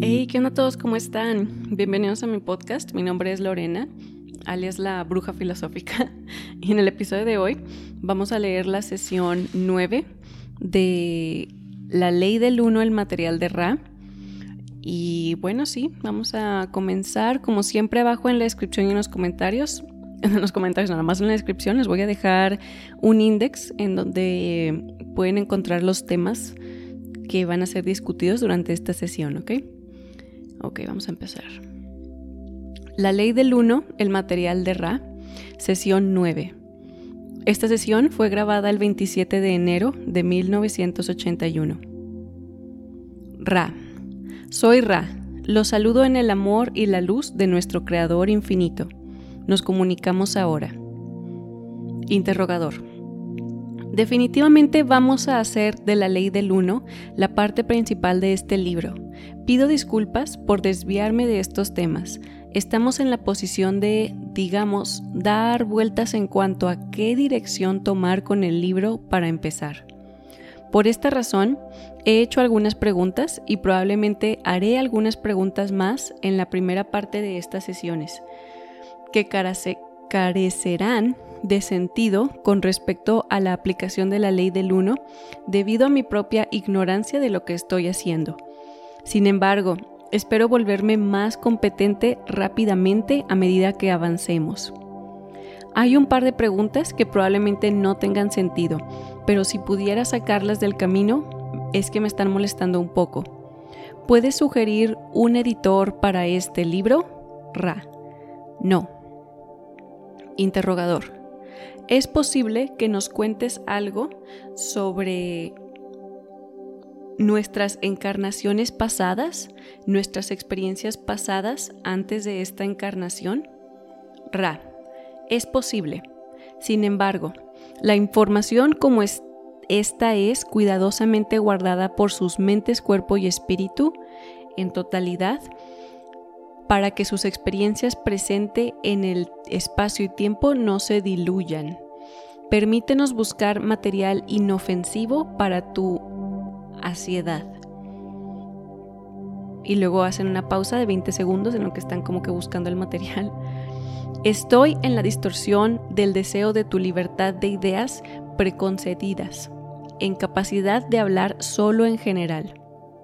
Hey, ¿qué onda a todos? ¿Cómo están? Bienvenidos a mi podcast. Mi nombre es Lorena, alias la bruja filosófica. Y en el episodio de hoy vamos a leer la sesión 9 de La Ley del Uno, el material de Ra. Y bueno, sí, vamos a comenzar. Como siempre, abajo en la descripción y en los comentarios, nada más en la descripción, les voy a dejar un índex en donde pueden encontrar los temas que van a ser discutidos durante esta sesión, ¿ok? Ok, vamos a empezar. La Ley del Uno, el material de Ra, sesión 9. Esta sesión fue grabada el 27 de enero de 1981. Ra. Soy Ra. Los saludo en el amor y la luz de nuestro Creador infinito. Nos comunicamos ahora. Interrogador. Definitivamente vamos a hacer de la Ley del Uno la parte principal de este libro. Pido disculpas por desviarme de estos temas. Estamos en la posición de, digamos, dar vueltas en cuanto a qué dirección tomar con el libro para empezar. Por esta razón, he hecho algunas preguntas y probablemente haré algunas preguntas más en la primera parte de estas sesiones, que carecerán de sentido con respecto a la aplicación de la Ley del Uno debido a mi propia ignorancia de lo que estoy haciendo. Sin embargo, espero volverme más competente rápidamente a medida que avancemos. Hay un par de preguntas que probablemente no tengan sentido, pero si pudiera sacarlas del camino, es que me están molestando un poco. ¿Puedes sugerir un editor para este libro? Ra. No. Interrogador. ¿Es posible que nos cuentes algo sobre nuestras encarnaciones pasadas, nuestras experiencias pasadas antes de esta encarnación? Ra. Es posible. Sin embargo, la información como esta es cuidadosamente guardada por sus mentes, cuerpo y espíritu en totalidad, para que sus experiencias presentes en el espacio y tiempo no se diluyan. Permítenos buscar material inofensivo para tu ansiedad. Y luego hacen una pausa de 20 segundos en lo que están como que buscando el material. Estoy en la distorsión del deseo de tu libertad de ideas preconcebidas, en capacidad de hablar solo en general.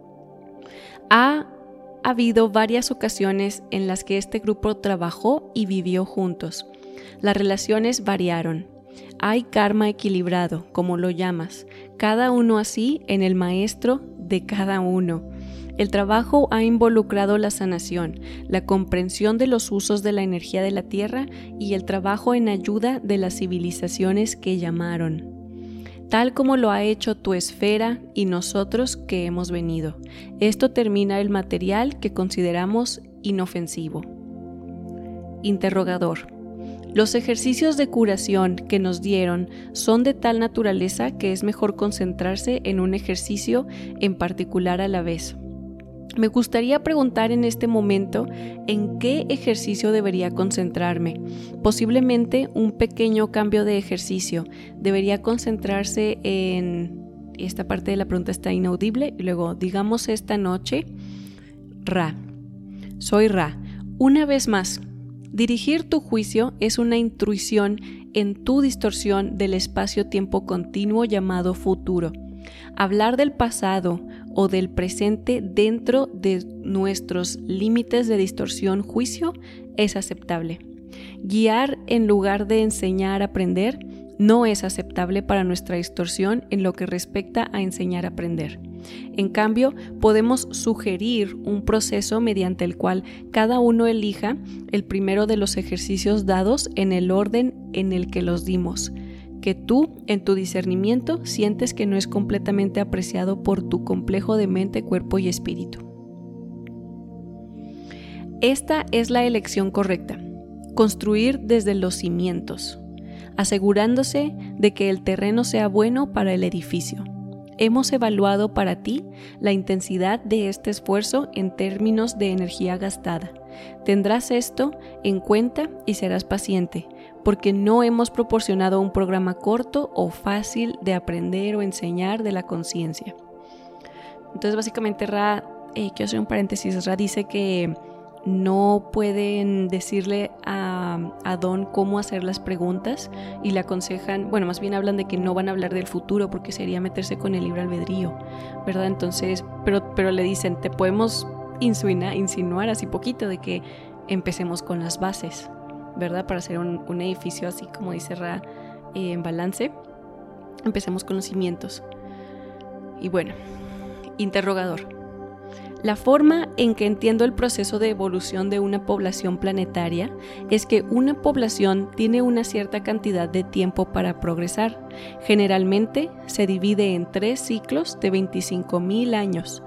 Ha habido varias ocasiones en las que este grupo trabajó y vivió juntos. Las relaciones variaron. Hay karma equilibrado, como lo llamas, cada uno así en el maestro de cada uno. El trabajo ha involucrado la sanación, la comprensión de los usos de la energía de la tierra y el trabajo en ayuda de las civilizaciones que llamaron, tal como lo ha hecho tu esfera y nosotros que hemos venido. Esto termina el material que consideramos inofensivo. Interrogador. Los ejercicios de curación que nos dieron son de tal naturaleza que es mejor concentrarse en un ejercicio en particular a la vez. Me gustaría preguntar en este momento en qué ejercicio debería concentrarme. Posiblemente un pequeño cambio de ejercicio. Debería concentrarse en... Esta parte de la pregunta está inaudible. Y luego, digamos esta noche, Ra. Soy Ra. Una vez más, dirigir tu juicio es una intrusión en tu distorsión del espacio-tiempo continuo llamado futuro. Hablar del pasado o del presente dentro de nuestros límites de distorsión juicio es aceptable. Guiar en lugar de enseñar a aprender no es aceptable para nuestra distorsión en lo que respecta a enseñar a aprender. En cambio, podemos sugerir un proceso mediante el cual cada uno elija el primero de los ejercicios dados en el orden en el que los dimos, que tú, en tu discernimiento, sientes que no es completamente apreciado por tu complejo de mente, cuerpo y espíritu. Esta es la elección correcta. Construir desde los cimientos, asegurándose de que el terreno sea bueno para el edificio. Hemos evaluado para ti la intensidad de este esfuerzo en términos de energía gastada. Tendrás esto en cuenta y serás paciente, porque no hemos proporcionado un programa corto o fácil de aprender o enseñar de la conciencia. Entonces, básicamente, Ra quiero hacer un paréntesis, Ra dice que no pueden decirle a Don cómo hacer las preguntas y le aconsejan, bueno, más bien hablan de que no van a hablar del futuro porque sería meterse con el libre albedrío, ¿verdad? Entonces, pero le dicen, te podemos insinuar así poquito de que empecemos con las bases, ¿verdad? Para hacer un edificio así como dice Ra, en balance, empecemos con los cimientos. Y bueno, interrogador. La forma en que entiendo el proceso de evolución de una población planetaria es que una población tiene una cierta cantidad de tiempo para progresar. Generalmente se divide en 3 ciclos de 25,000 años.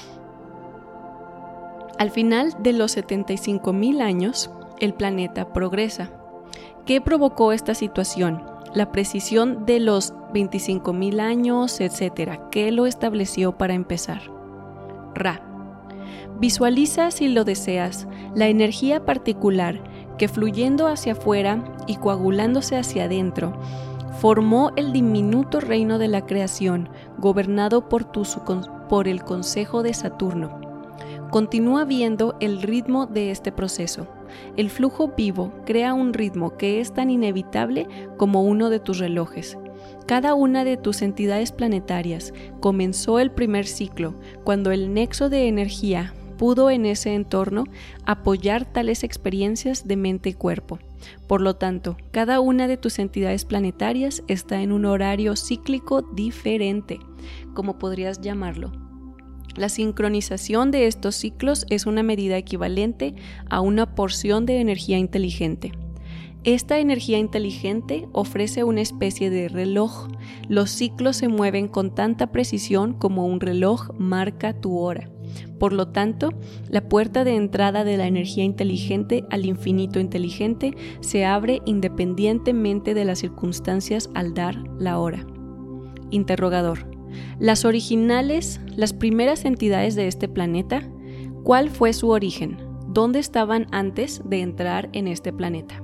Al final de los 75,000 años, el planeta progresa. ¿Qué provocó esta situación? La precisión de los 25,000 años, etc. ¿Qué lo estableció para empezar? Ra. Visualiza, si lo deseas, la energía particular que fluyendo hacia afuera y coagulándose hacia adentro, formó el diminuto reino de la creación, gobernado por el consejo de Saturno. Continúa viendo el ritmo de este proceso. El flujo vivo crea un ritmo que es tan inevitable como uno de tus relojes. Cada una de tus entidades planetarias comenzó el primer ciclo cuando el nexo de energía pudo en ese entorno apoyar tales experiencias de mente y cuerpo. Por lo tanto, cada una de tus entidades planetarias está en un horario cíclico diferente, como podrías llamarlo. La sincronización de estos ciclos es una medida equivalente a una porción de energía inteligente. Esta energía inteligente ofrece una especie de reloj. Los ciclos se mueven con tanta precisión como un reloj marca tu hora. Por lo tanto, la puerta de entrada de la energía inteligente al infinito inteligente se abre independientemente de las circunstancias al dar la hora. Interrogador. Las originales, las primeras entidades de este planeta, ¿cuál fue su origen? ¿Dónde estaban antes de entrar en este planeta?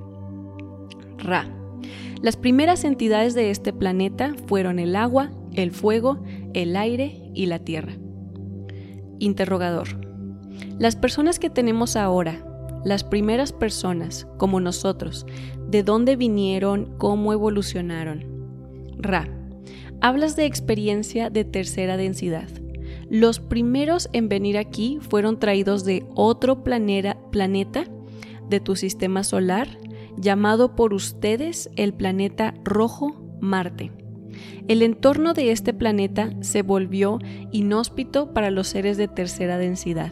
Ra. Las primeras entidades de este planeta fueron el agua, el fuego, el aire y la tierra. Interrogador. Las personas que tenemos ahora, las primeras personas, como nosotros, ¿de dónde vinieron? ¿Cómo evolucionaron? Ra. Hablas de experiencia de tercera densidad. Los primeros en venir aquí fueron traídos de otro planeta de tu sistema solar, llamado por ustedes el planeta rojo Marte. El entorno de este planeta se volvió inhóspito para los seres de tercera densidad.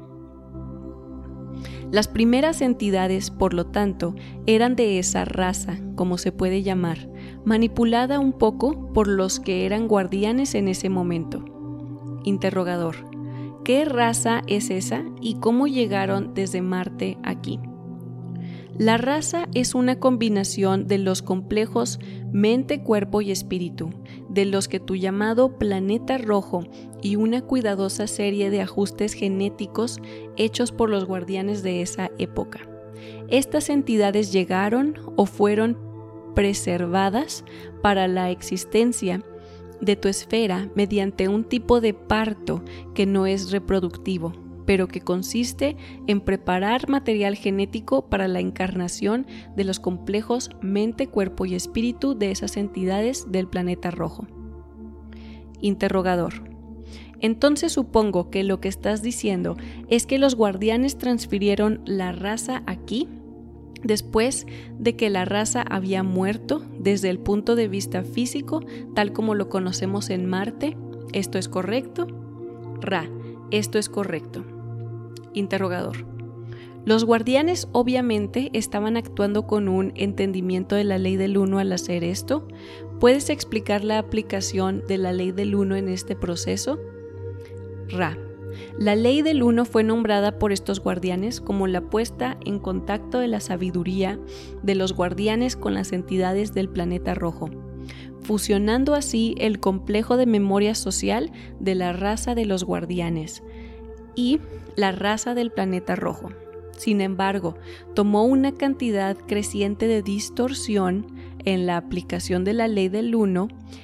Las primeras entidades, por lo tanto, eran de esa raza, como se puede llamar, manipulada un poco por los que eran guardianes en ese momento. Interrogador. ¿Qué raza es esa y cómo llegaron desde Marte aquí? La raza es una combinación de los complejos mente, cuerpo y espíritu, de los que tu llamado planeta rojo y una cuidadosa serie de ajustes genéticos hechos por los guardianes de esa época. Estas entidades llegaron o fueron preservadas para la existencia de tu esfera mediante un tipo de parto que no es reproductivo, pero que consiste en preparar material genético para la encarnación de los complejos mente, cuerpo y espíritu de esas entidades del planeta rojo. Interrogador. Entonces supongo que lo que estás diciendo es que los guardianes transfirieron la raza aquí después de que la raza había muerto desde el punto de vista físico, tal como lo conocemos en Marte. ¿Esto es correcto? Ra. Esto es correcto. Interrogador. Los guardianes obviamente estaban actuando con un entendimiento de la ley del uno al hacer esto. ¿Puedes explicar la aplicación de la ley del uno en este proceso? Ra. La ley del uno fue nombrada por estos guardianes como la puesta en contacto de la sabiduría de los guardianes con las entidades del planeta rojo, fusionando así el complejo de memoria social de la raza de los guardianes y la raza del planeta rojo. Sin embargo, tomó una cantidad creciente de distorsión en la aplicación de la ley del uno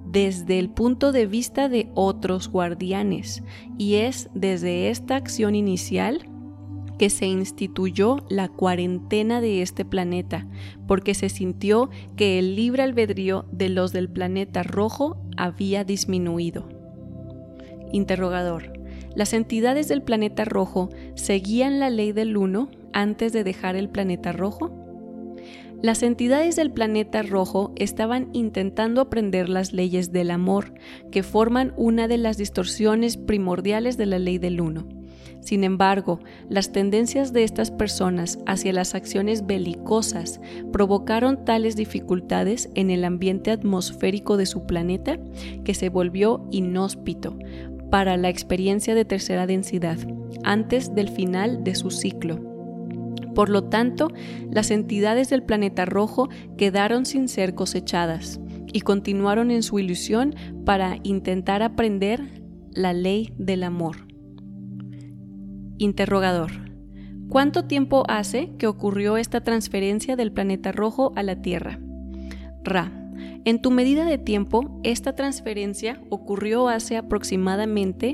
desde el punto de vista de otros guardianes, y es desde esta acción inicial que se instituyó la cuarentena de este planeta, porque se sintió que el libre albedrío de los del planeta rojo había disminuido. Interrogador: ¿las entidades del planeta rojo seguían la ley del uno antes de dejar el planeta rojo? Las entidades del planeta rojo estaban intentando aprender las leyes del amor, que forman una de las distorsiones primordiales de la ley del uno. Sin embargo, las tendencias de estas personas hacia las acciones belicosas provocaron tales dificultades en el ambiente atmosférico de su planeta que se volvió inhóspito para la experiencia de tercera densidad antes del final de su ciclo. Por lo tanto, las entidades del planeta rojo quedaron sin ser cosechadas y continuaron en su ilusión para intentar aprender la ley del amor. Interrogador: ¿cuánto tiempo hace que ocurrió esta transferencia del planeta rojo a la Tierra? Ra: en tu medida de tiempo, esta transferencia ocurrió hace aproximadamente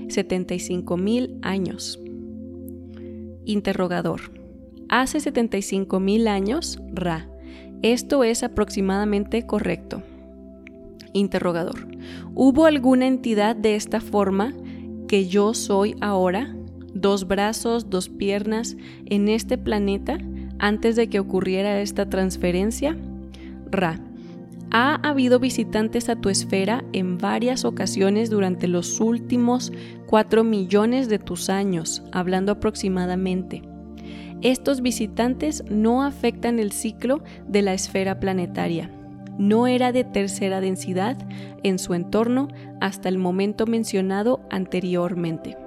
75,000 años. Interrogador: hace 75,000 años, Ra. Esto es aproximadamente correcto. Interrogador: ¿hubo alguna entidad de esta forma que yo soy ahora, 2 brazos, 2 piernas, en este planeta antes de que ocurriera esta transferencia? Ra: ha habido visitantes a tu esfera en varias ocasiones durante los últimos 4 millones de tus años, hablando aproximadamente. Estos visitantes no afectan el ciclo de la esfera planetaria. No era de tercera densidad en su entorno hasta el momento mencionado anteriormente.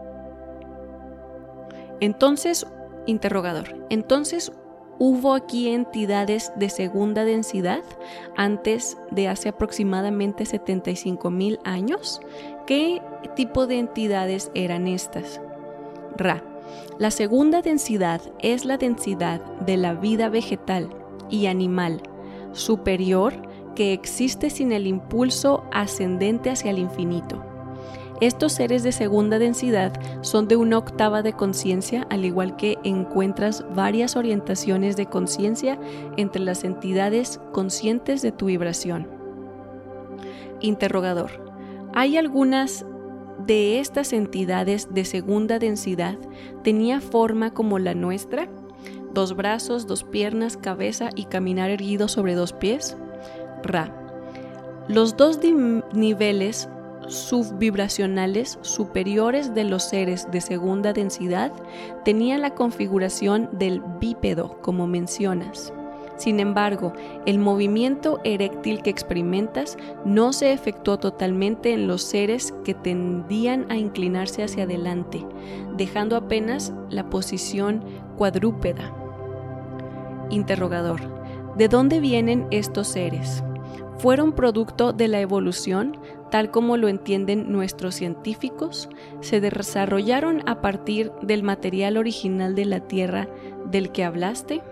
Entonces, interrogador, ¿entonces hubo aquí entidades de segunda densidad antes de hace aproximadamente 75,000 años? ¿Qué tipo de entidades eran estas? Ra: la segunda densidad es la densidad de la vida vegetal y animal superior que existe sin el impulso ascendente hacia el infinito. Estos seres de segunda densidad son de 1/8 de conciencia, al igual que encuentras varias orientaciones de conciencia entre las entidades conscientes de tu vibración. Interrogador: ¿hay algunas de estas entidades de segunda densidad tenía forma como la nuestra? 2 brazos, 2 piernas, cabeza y caminar erguido sobre 2 pies. Ra: los 2 niveles subvibracionales superiores de los seres de segunda densidad tenían la configuración del bípedo, como mencionas. Sin embargo, el movimiento eréctil que experimentas no se efectuó totalmente en los seres que tendían a inclinarse hacia adelante, dejando apenas la posición cuadrúpeda. Interrogador: ¿de dónde vienen estos seres? ¿Fueron producto de la evolución, tal como lo entienden nuestros científicos? ¿Se desarrollaron a partir del material original de la Tierra del que hablaste?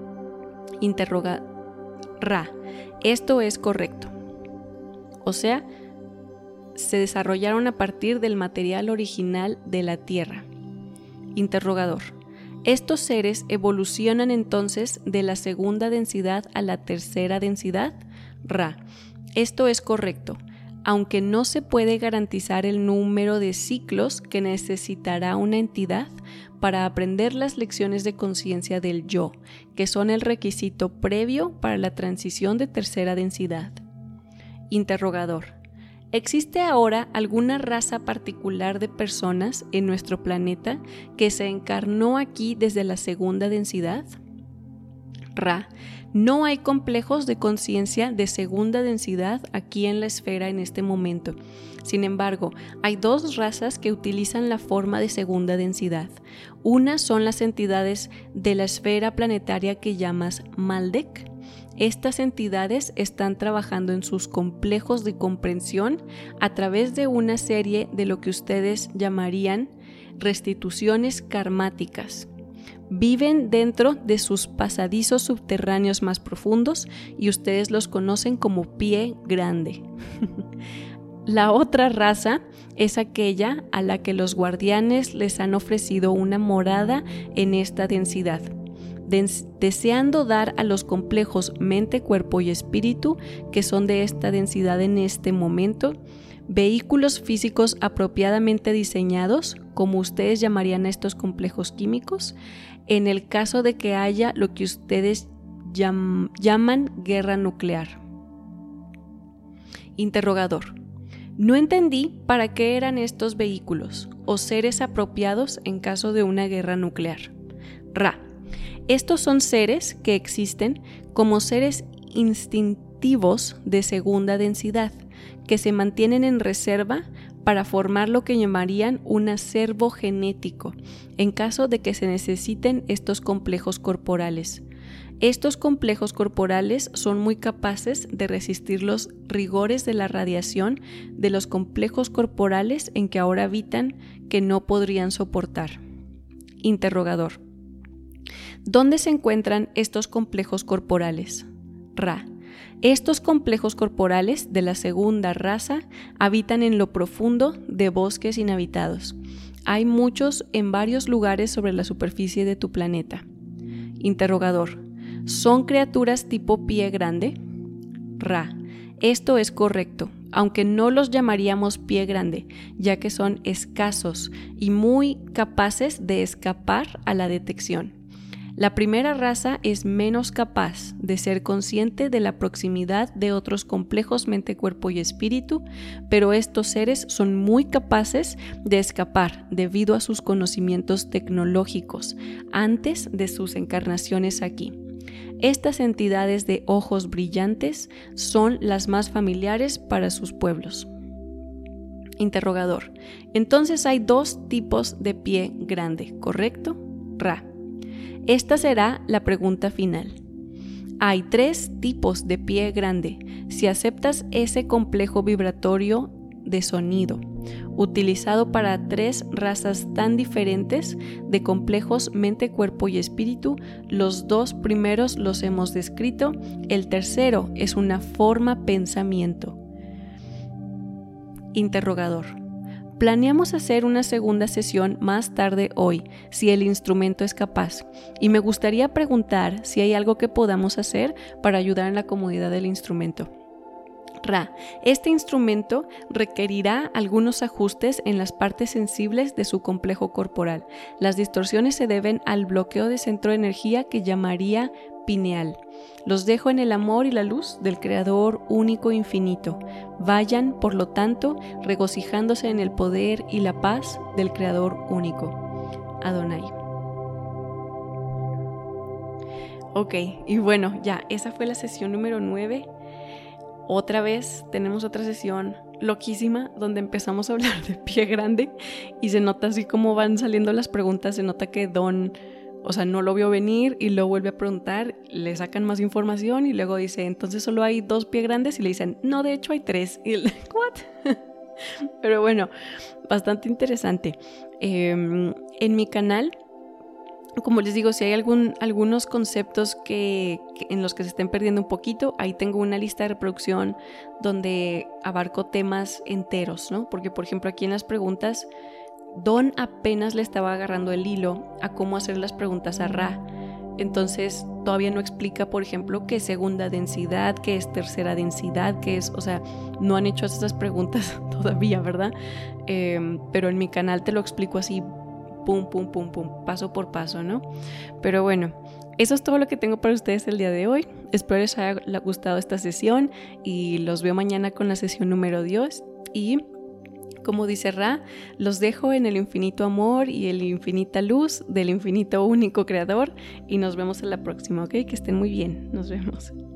Ra: esto es correcto. O sea, se desarrollaron a partir del material original de la Tierra. Interrogador: ¿estos seres evolucionan entonces de la segunda densidad a la tercera densidad? Ra: esto es correcto, aunque no se puede garantizar el número de ciclos que necesitará una entidad para aprender las lecciones de conciencia del yo, que son el requisito previo para la transición de tercera densidad. Interrogador: ¿existe ahora alguna raza particular de personas en nuestro planeta que se encarnó aquí desde la segunda densidad? Ra: no hay complejos de conciencia de segunda densidad aquí en la esfera en este momento. Sin embargo, hay 2 razas que utilizan la forma de segunda densidad. Una son las entidades de la esfera planetaria que llamas Maldek. Estas entidades están trabajando en sus complejos de comprensión a través de una serie de lo que ustedes llamarían restituciones karmáticas. Viven dentro de sus pasadizos subterráneos más profundos y ustedes los conocen como pie grande. La otra raza es aquella a la que los guardianes les han ofrecido una morada en esta densidad, deseando dar a los complejos mente, cuerpo y espíritu, que son de esta densidad en este momento, vehículos físicos apropiadamente diseñados, como ustedes llamarían a estos complejos químicos, en el caso de que haya lo que ustedes llaman guerra nuclear. Interrogador. No entendí para qué eran estos vehículos o seres apropiados en caso de una guerra nuclear. Ra. Estos son seres que existen como seres instintivos de segunda densidad, que se mantienen en reserva para formar lo que llamarían un acervo genético, en caso de que se necesiten estos complejos corporales. Estos complejos corporales son muy capaces de resistir los rigores de la radiación de los complejos corporales en que ahora habitan, que no podrían soportar. Interrogador. ¿Dónde se encuentran estos complejos corporales? Ra. Estos complejos corporales de la segunda raza habitan en lo profundo de bosques inhabitados. Hay muchos en varios lugares sobre la superficie de tu planeta. Interrogador. ¿Son criaturas tipo pie grande? Ra. Esto es correcto, aunque no los llamaríamos pie grande, ya que son escasos y muy capaces de escapar a la detección. La primera raza es menos capaz de ser consciente de la proximidad de otros complejos mente, cuerpo y espíritu, pero estos seres son muy capaces de escapar debido a sus conocimientos tecnológicos antes de sus encarnaciones aquí. Estas entidades de ojos brillantes son las más familiares para sus pueblos. Interrogador. Entonces hay dos tipos de pie grande, ¿correcto? Ra. Esta será la pregunta final. Hay 3 tipos de pie grande si aceptas ese complejo vibratorio de sonido, utilizado para 3 razas tan diferentes de complejos mente, cuerpo y espíritu. Los 2 primeros los hemos descrito, el tercero es una forma pensamiento. Interrogador. Planeamos hacer una segunda sesión más tarde hoy, si el instrumento es capaz, y me gustaría preguntar si hay algo que podamos hacer para ayudar en la comodidad del instrumento. Ra. Este instrumento requerirá algunos ajustes en las partes sensibles de su complejo corporal. Las distorsiones se deben al bloqueo de centro de energía que llamaría pineal. Los dejo en el amor y la luz del Creador único e infinito. Vayan, por lo tanto, regocijándose en el poder y la paz del Creador único. Adonai. Ok, y bueno, ya, esa fue la sesión número 9. Otra vez tenemos otra sesión loquísima donde empezamos a hablar de pie grande y se nota así como van saliendo las preguntas, se nota que Don, no lo vio venir y lo vuelve a preguntar, le sacan más información y luego dice, entonces solo hay 2 pie grandes, y le dicen, no, de hecho hay 3. Y él, ¿what? Pero bueno, bastante interesante. En mi canal, como les digo, si hay algunos conceptos en los que se estén perdiendo un poquito, ahí tengo una lista de reproducción donde abarco temas enteros, ¿no? Porque, por ejemplo, aquí en las preguntas, Don apenas le estaba agarrando el hilo a cómo hacer las preguntas a Ra. Entonces, todavía no explica, por ejemplo, qué es segunda densidad, qué es tercera densidad, qué es, no han hecho esas preguntas todavía, ¿verdad? Pero en mi canal te lo explico así, pum, pum, pum, pum, paso por paso, ¿no? Pero bueno, eso es todo lo que tengo para ustedes el día de hoy. Espero les haya gustado esta sesión y los veo mañana con la sesión número 10. Y como dice Ra, los dejo en el infinito amor y el infinita luz del infinito único creador y nos vemos en la próxima, ¿ok? Que estén muy bien. Nos vemos.